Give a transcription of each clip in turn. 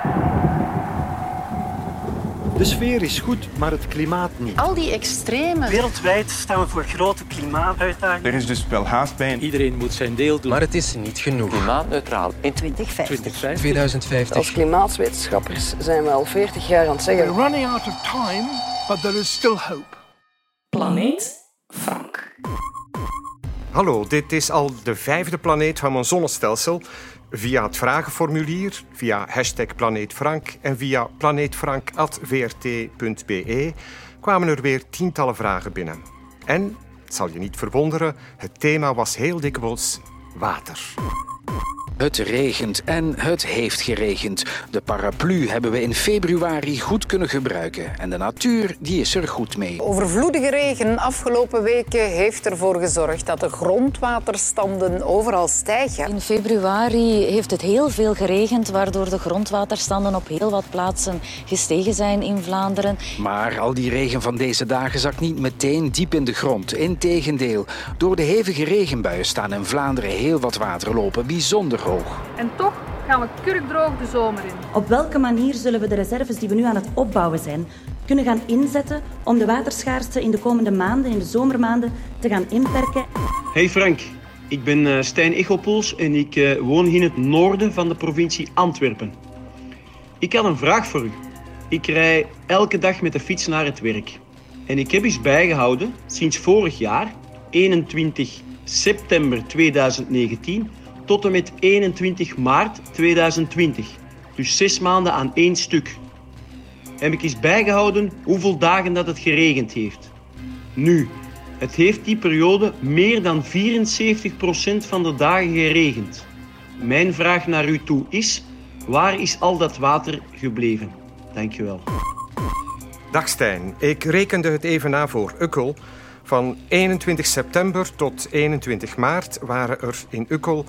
De sfeer is goed, maar het klimaat niet. Al die extreme. Wereldwijd staan we voor grote klimaatuitdagingen. Er is dus wel haast bij. Iedereen moet zijn deel doen. Maar het is niet genoeg. Klimaatneutraal in 2050. 2050. Als klimaatwetenschappers zijn we al 40 jaar aan het zeggen. We're running out of time, but there is still hope. Planeet Frank. Hallo, dit is al de 5e planeet van mijn zonnestelsel. Via het vragenformulier, via #PlaneetFrank en via planeetfrank@vrt.be kwamen er weer tientallen vragen binnen. En, het zal je niet verwonderen, het thema was heel dikwijls water. Het regent en het heeft geregend. De paraplu hebben we in februari goed kunnen gebruiken. En de natuur die is er goed mee. Overvloedige regen afgelopen weken heeft ervoor gezorgd dat de grondwaterstanden overal stijgen. In februari heeft het heel veel geregend, waardoor de grondwaterstanden op heel wat plaatsen gestegen zijn in Vlaanderen. Maar al die regen van deze dagen zakt niet meteen diep in de grond. Integendeel, door de hevige regenbuien staan in Vlaanderen heel wat waterlopen bijzonder hoog. En toch gaan we kurkdroog de zomer in. Op welke manier zullen we de reserves die we nu aan het opbouwen zijn, kunnen gaan inzetten om de waterschaarste in de komende maanden, in de zomermaanden, te gaan inperken? Hey Frank, ik ben Stijn Echopoels en ik woon in het noorden van de provincie Antwerpen. Ik had een vraag voor u. Ik rij elke dag met de fiets naar het werk. En ik heb eens bijgehouden, sinds vorig jaar, 21 september 2019... tot en met 21 maart 2020. Dus 6 maanden aan één stuk. Heb ik eens bijgehouden hoeveel dagen dat het geregend heeft. Nu, het heeft die periode meer dan 74% van de dagen geregend. Mijn vraag naar u toe is, waar is al dat water gebleven? Dankjewel. Dag Stijn, ik rekende het even na voor Ukkel. Van 21 september tot 21 maart waren er in Ukkel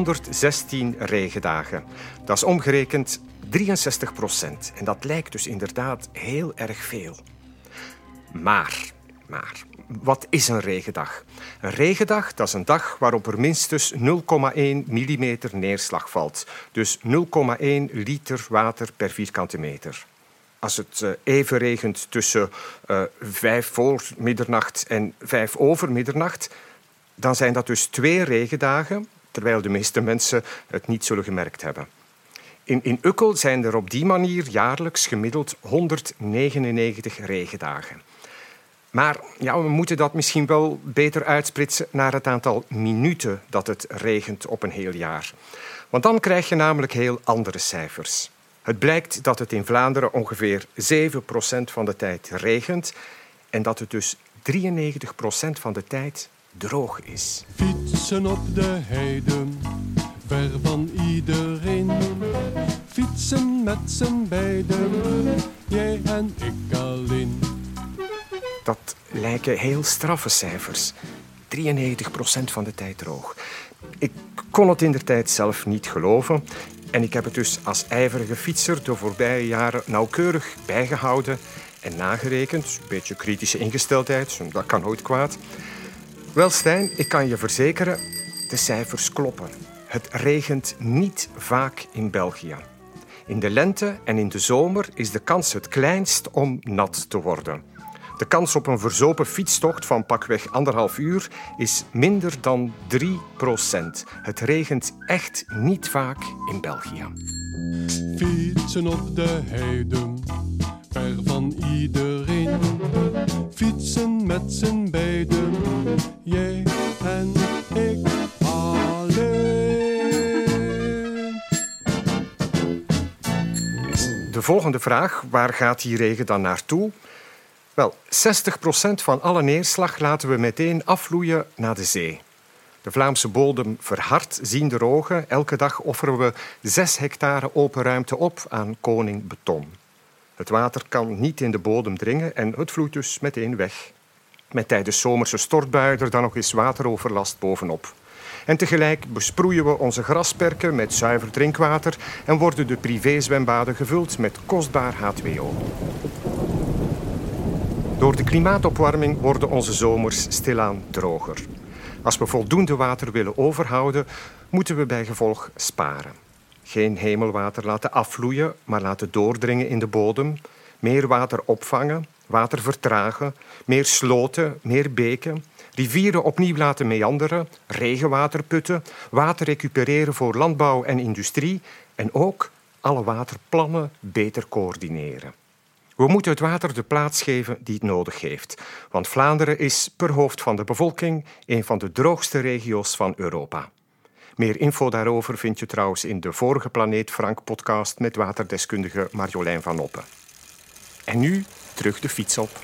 116 regendagen. Dat is omgerekend 63%. En dat lijkt dus inderdaad heel erg veel. Maar, wat is een regendag? Een regendag, dat is een dag waarop er minstens 0,1 millimeter neerslag valt. Dus 0,1 liter water per vierkante meter. Als het even regent tussen 5 voor middernacht en 5 over middernacht, dan zijn dat dus 2 regendagen, terwijl de meeste mensen het niet zullen gemerkt hebben. In Ukkel zijn er op die manier jaarlijks gemiddeld 199 regendagen. Maar ja, we moeten dat misschien wel beter uitsplitsen naar het aantal minuten dat het regent op een heel jaar. Want dan krijg je namelijk heel andere cijfers. Het blijkt dat het in Vlaanderen ongeveer 7% van de tijd regent en dat het dus 93% van de tijd droog is. Fietsen op de heide, ver van iedereen. Fietsen met z'n beiden, jij en ik alleen. Dat lijken heel straffe cijfers. 93% van de tijd droog. Ik kon het indertijd zelf niet geloven. En ik heb het dus als ijverige fietser de voorbije jaren nauwkeurig bijgehouden en nagerekend. Een beetje kritische ingesteldheid, dat kan nooit kwaad. Wel Stijn, ik kan je verzekeren, de cijfers kloppen. Het regent niet vaak in België. In de lente en in de zomer is de kans het kleinst om nat te worden. De kans op een verzopen fietstocht van pakweg 1,5 uur is minder dan 3%. Het regent echt niet vaak in België. Fietsen op de heide, ver van iedereen. Fietsen met z'n beiden, jij en ik alleen. De volgende vraag, waar gaat die regen dan naartoe? Wel, 60% van alle neerslag laten we meteen afvloeien naar de zee. De Vlaamse bodem verhardt ziende ogen. Elke dag offeren we 6 hectare open ruimte op aan koning beton. Het water kan niet in de bodem dringen en het vloeit dus meteen weg. Met tijdens zomerse stortbuien er dan nog eens wateroverlast bovenop. En tegelijk besproeien we onze grasperken met zuiver drinkwater en worden de privézwembaden gevuld met kostbaar H2O. Door de klimaatopwarming worden onze zomers stilaan droger. Als we voldoende water willen overhouden, moeten we bijgevolg sparen. Geen hemelwater laten afvloeien, maar laten doordringen in de bodem. Meer water opvangen, water vertragen. Meer sloten, meer beken. Rivieren opnieuw laten meanderen. Regenwater putten. Water recupereren voor landbouw en industrie. En ook alle waterplannen beter coördineren. We moeten het water de plaats geven die het nodig heeft. Want Vlaanderen is per hoofd van de bevolking een van de droogste regio's van Europa. Meer info daarover vind je trouwens in de vorige Planeet Frank-podcast met waterdeskundige Marjolein van Oppen. En nu terug de fiets op.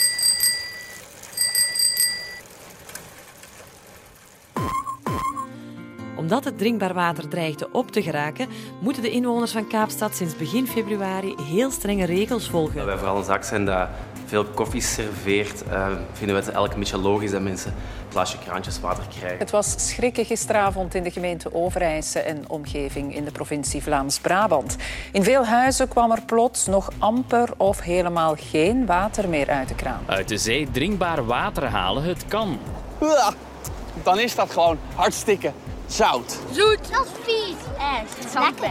Omdat het drinkbaar water dreigde op te geraken, moeten de inwoners van Kaapstad sinds begin februari heel strenge regels volgen. Dat wij vooral een zaak zijn dat veel koffie serveert, vinden we het eigenlijk een beetje logisch dat mensen een glaasje kraantjeswater krijgen. Het was schrikken gisteravond in de gemeente Overijse en omgeving in de provincie Vlaams-Brabant. In veel huizen kwam er plots nog amper of helemaal geen water meer uit de kraan. Uit de zee drinkbaar water halen, het kan. Dan is dat gewoon hartstikke zout. Zoet. Dat is vies. Het is lekker.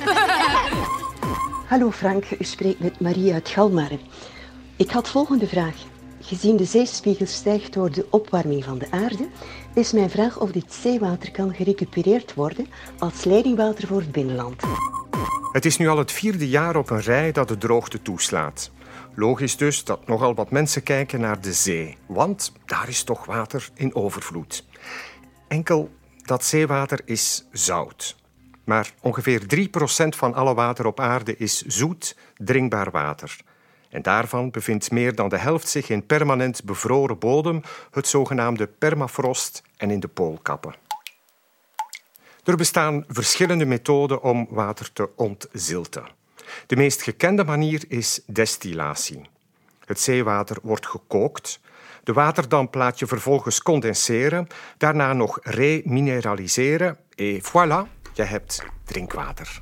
Hallo Frank, u spreekt met Marie uit Galmaren. Ik had volgende vraag. Gezien de zeespiegel stijgt door de opwarming van de aarde, is mijn vraag of dit zeewater kan gerecupereerd worden als leidingwater voor het binnenland. Het is nu al het 4e jaar op een rij dat de droogte toeslaat. Logisch dus dat nogal wat mensen kijken naar de zee, want daar is toch water in overvloed. Enkel dat zeewater is zout. Maar ongeveer 3% van alle water op aarde is zoet, drinkbaar water. En daarvan bevindt meer dan de helft zich in permanent bevroren bodem, het zogenaamde permafrost en in de poolkappen. Er bestaan verschillende methoden om water te ontzilten. De meest gekende manier is destillatie. Het zeewater wordt gekookt. De waterdamp laat je vervolgens condenseren, daarna nog remineraliseren en voilà, je hebt drinkwater.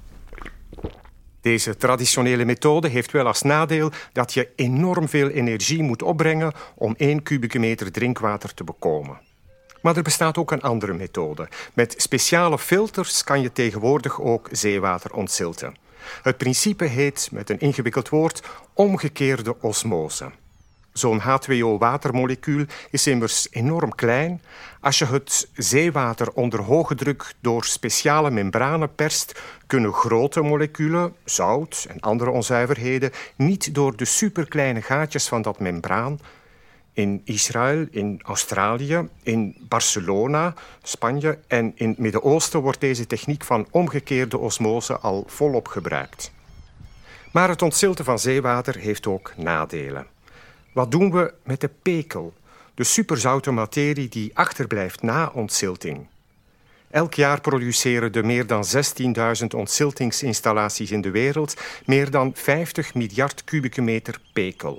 Deze traditionele methode heeft wel als nadeel dat je enorm veel energie moet opbrengen om 1 kubieke meter drinkwater te bekomen. Maar er bestaat ook een andere methode. Met speciale filters kan je tegenwoordig ook zeewater ontzilten. Het principe heet, met een ingewikkeld woord, omgekeerde osmose. Zo'n H2O-watermolecuul is immers enorm klein. Als je het zeewater onder hoge druk door speciale membranen perst, kunnen grote moleculen, zout en andere onzuiverheden, niet door de superkleine gaatjes van dat membraan. In Israël, in Australië, in Barcelona, Spanje en in het Midden-Oosten wordt deze techniek van omgekeerde osmose al volop gebruikt. Maar het ontzilten van zeewater heeft ook nadelen. Wat doen we met de pekel, de superzoute materie die achterblijft na ontzilting? Elk jaar produceren de meer dan 16.000 ontziltingsinstallaties in de wereld meer dan 50 miljard kubieke meter pekel.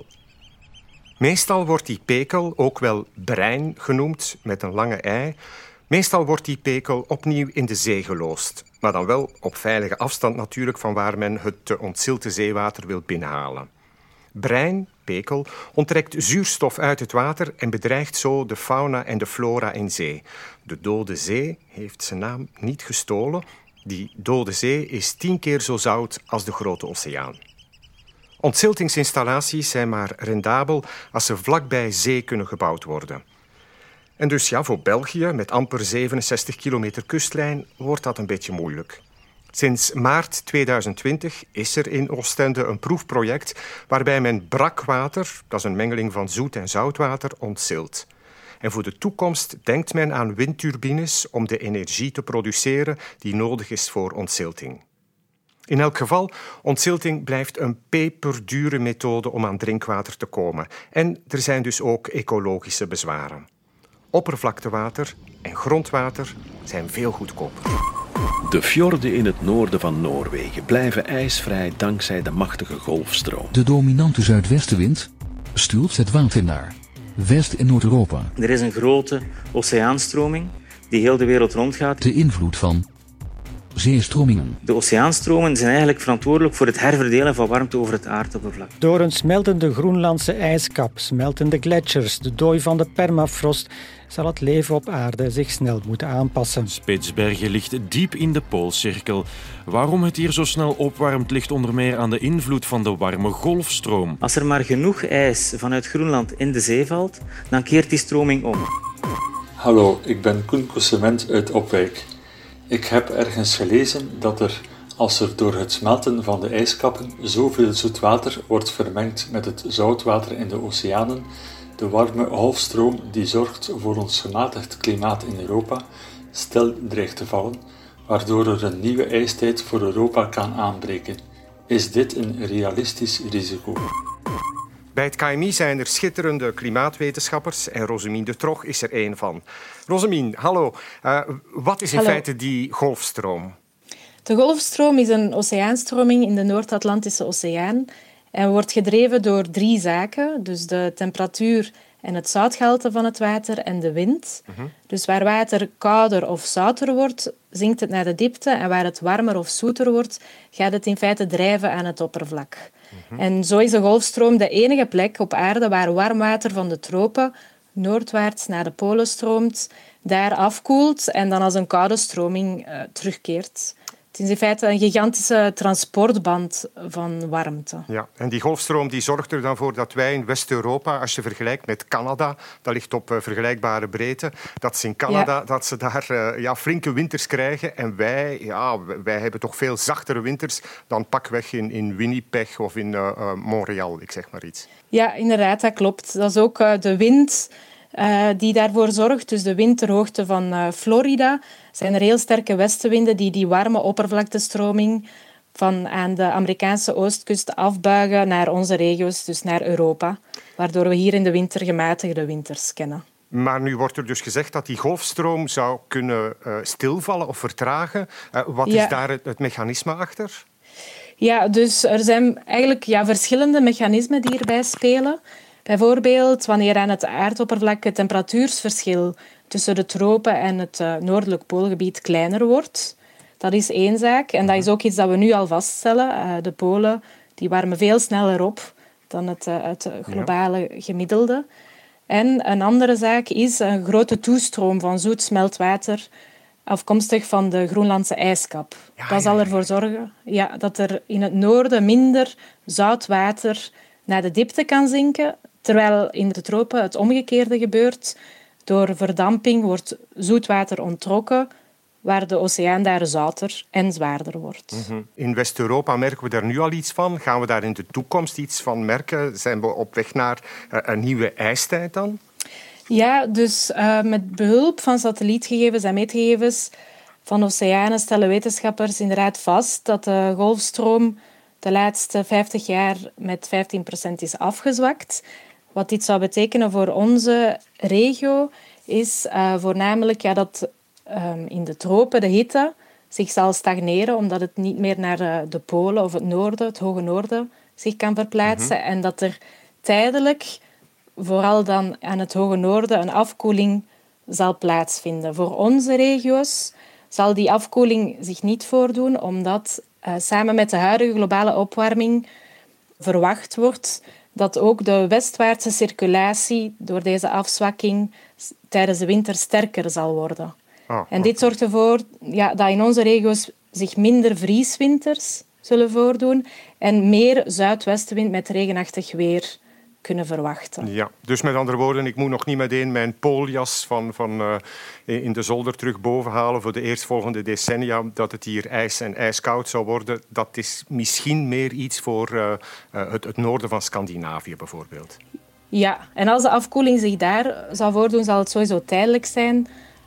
Meestal wordt die pekel, ook wel brein genoemd, met een lange ei, meestal wordt die pekel opnieuw in de zee geloosd. Maar dan wel op veilige afstand natuurlijk van waar men het te ontzilte zeewater wil binnenhalen. Brein, pekel, onttrekt zuurstof uit het water en bedreigt zo de fauna en de flora in zee. De Dode Zee heeft zijn naam niet gestolen. Die Dode Zee is 10 keer zo zout als de Grote Oceaan. Ontziltingsinstallaties zijn maar rendabel als ze vlakbij zee kunnen gebouwd worden. En dus ja, voor België, met amper 67 kilometer kustlijn, wordt dat een beetje moeilijk. Sinds maart 2020 is er in Oostende een proefproject waarbij men brakwater, dat is een mengeling van zoet en zoutwater, ontzilt. En voor de toekomst denkt men aan windturbines om de energie te produceren die nodig is voor ontzilting. In elk geval, ontzilting blijft een peperdure methode om aan drinkwater te komen. En er zijn dus ook ecologische bezwaren. Oppervlaktewater en grondwater zijn veel goedkoper. De fjorden in het noorden van Noorwegen blijven ijsvrij dankzij de machtige golfstroom. De dominante zuidwestenwind stuurt het water naar West- en Noord-Europa. Er is een grote oceaanstroming die heel de wereld rondgaat. De invloed van zeestromingen. De oceaanstromen zijn eigenlijk verantwoordelijk voor het herverdelen van warmte over het aardoppervlak. Door een smeltende Groenlandse ijskap, smeltende gletsjers, de dooi van de permafrost, zal het leven op aarde zich snel moeten aanpassen. Spitsbergen ligt diep in de Poolcirkel. Waarom het hier zo snel opwarmt ligt onder meer aan de invloed van de warme golfstroom. Als er maar genoeg ijs vanuit Groenland in de zee valt, dan keert die stroming om. Hallo, ik ben Koen Coussement uit Opwijk. Ik heb ergens gelezen dat als er door het smelten van de ijskappen zoveel zoetwater wordt vermengd met het zoutwater in de oceanen, de warme golfstroom die zorgt voor ons gematigd klimaat in Europa stil dreigt te vallen, waardoor er een nieuwe ijstijd voor Europa kan aanbreken. Is dit een realistisch risico? Bij het KMI zijn er schitterende klimaatwetenschappers en Rosemien de Trog is er één van. Rosemien, hallo. Wat is in feite die golfstroom? De golfstroom is een oceaanstroming in de Noord-Atlantische Oceaan en wordt gedreven door 3 zaken. Dus de temperatuur en het zoutgehalte van het water en de wind. Dus waar water kouder of zouter wordt, zinkt het naar de diepte. En waar het warmer of zoeter wordt, gaat het in feite drijven aan het oppervlak. En zo is de golfstroom de enige plek op aarde waar warm water van de tropen noordwaarts naar de polen stroomt, daar afkoelt en dan als een koude stroming terugkeert. Het is in feite een gigantische transportband van warmte. Ja, en die golfstroom die zorgt er dan voor dat wij in West-Europa, als je vergelijkt met Canada, dat ligt op vergelijkbare breedte, dat ze in Canada dat ze daar flinke winters krijgen. En wij hebben toch veel zachtere winters dan pakweg in Winnipeg of in Montreal, ik zeg maar iets. Ja, inderdaad, dat klopt. Dat is ook de wind die daarvoor zorgt. Dus de wind ter hoogte van Florida zijn er heel sterke westenwinden die warme oppervlaktestroming van aan de Amerikaanse oostkust afbuigen naar onze regio's, dus naar Europa, waardoor we hier in de winter gematigde winters kennen. Maar nu wordt er dus gezegd dat die golfstroom zou kunnen stilvallen of vertragen. Wat is daar het mechanisme achter? Ja, dus er zijn eigenlijk verschillende mechanismen die hierbij spelen. Bijvoorbeeld wanneer aan het aardoppervlak het temperatuursverschil tussen de tropen en het noordelijk poolgebied kleiner wordt. Dat is één zaak. En dat is ook iets dat we nu al vaststellen. De polen die warmen veel sneller op dan het globale gemiddelde. En een andere zaak is een grote toestroom van zoet smeltwater afkomstig van de Groenlandse ijskap. Dat zal ervoor zorgen dat er in het noorden minder zout water naar de diepte kan zinken, terwijl in de tropen het omgekeerde gebeurt. Door verdamping wordt zoetwater onttrokken, waar de oceaan daar zouter en zwaarder wordt. In West-Europa merken we daar nu al iets van. Gaan we daar in de toekomst iets van merken? Zijn we op weg naar een nieuwe ijstijd dan? Ja, dus met behulp van satellietgegevens en meetgegevens van oceanen stellen wetenschappers inderdaad vast dat de golfstroom de laatste 50 jaar met 15% is afgezwakt. Wat dit zou betekenen voor onze regio is voornamelijk dat in de tropen de hitte zich zal stagneren, omdat het niet meer naar de polen of het noorden, het hoge noorden, zich kan verplaatsen. En dat er tijdelijk, vooral dan aan het hoge noorden, een afkoeling zal plaatsvinden. Voor onze regio's zal die afkoeling zich niet voordoen, omdat samen met de huidige globale opwarming verwacht wordt dat ook de westwaartse circulatie door deze afzwakking tijdens de winter sterker zal worden. En dit zorgt ervoor dat in onze regio's zich minder vrieswinters zullen voordoen en meer zuidwestenwind met regenachtig weer kunnen verwachten. Ja, dus met andere woorden, ik moet nog niet meteen mijn pooljas van in de zolder terug boven halen voor de eerstvolgende decennia, dat het hier ijs en ijskoud zou worden. Dat is misschien meer iets voor het noorden van Scandinavië bijvoorbeeld. Ja, en als de afkoeling zich daar zou voordoen, zal het sowieso tijdelijk zijn,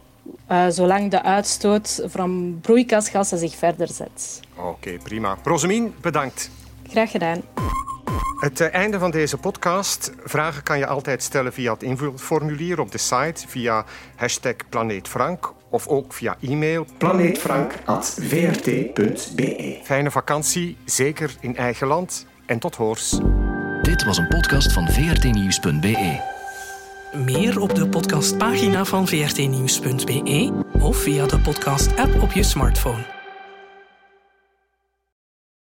zolang de uitstoot van broeikasgassen zich verder zet. Oké, prima. Rosemien, bedankt. Graag gedaan. Het einde van deze podcast. Vragen kan je altijd stellen via het invulformulier op de site, via #PlaneetFrank of ook via e-mail planeetfrank@vrt.be. Fijne vakantie, zeker in eigen land en tot hoors. Dit was een podcast van vrtnieuws.be. Meer op de podcastpagina van vrtnieuws.be of via de podcast-app op je smartphone.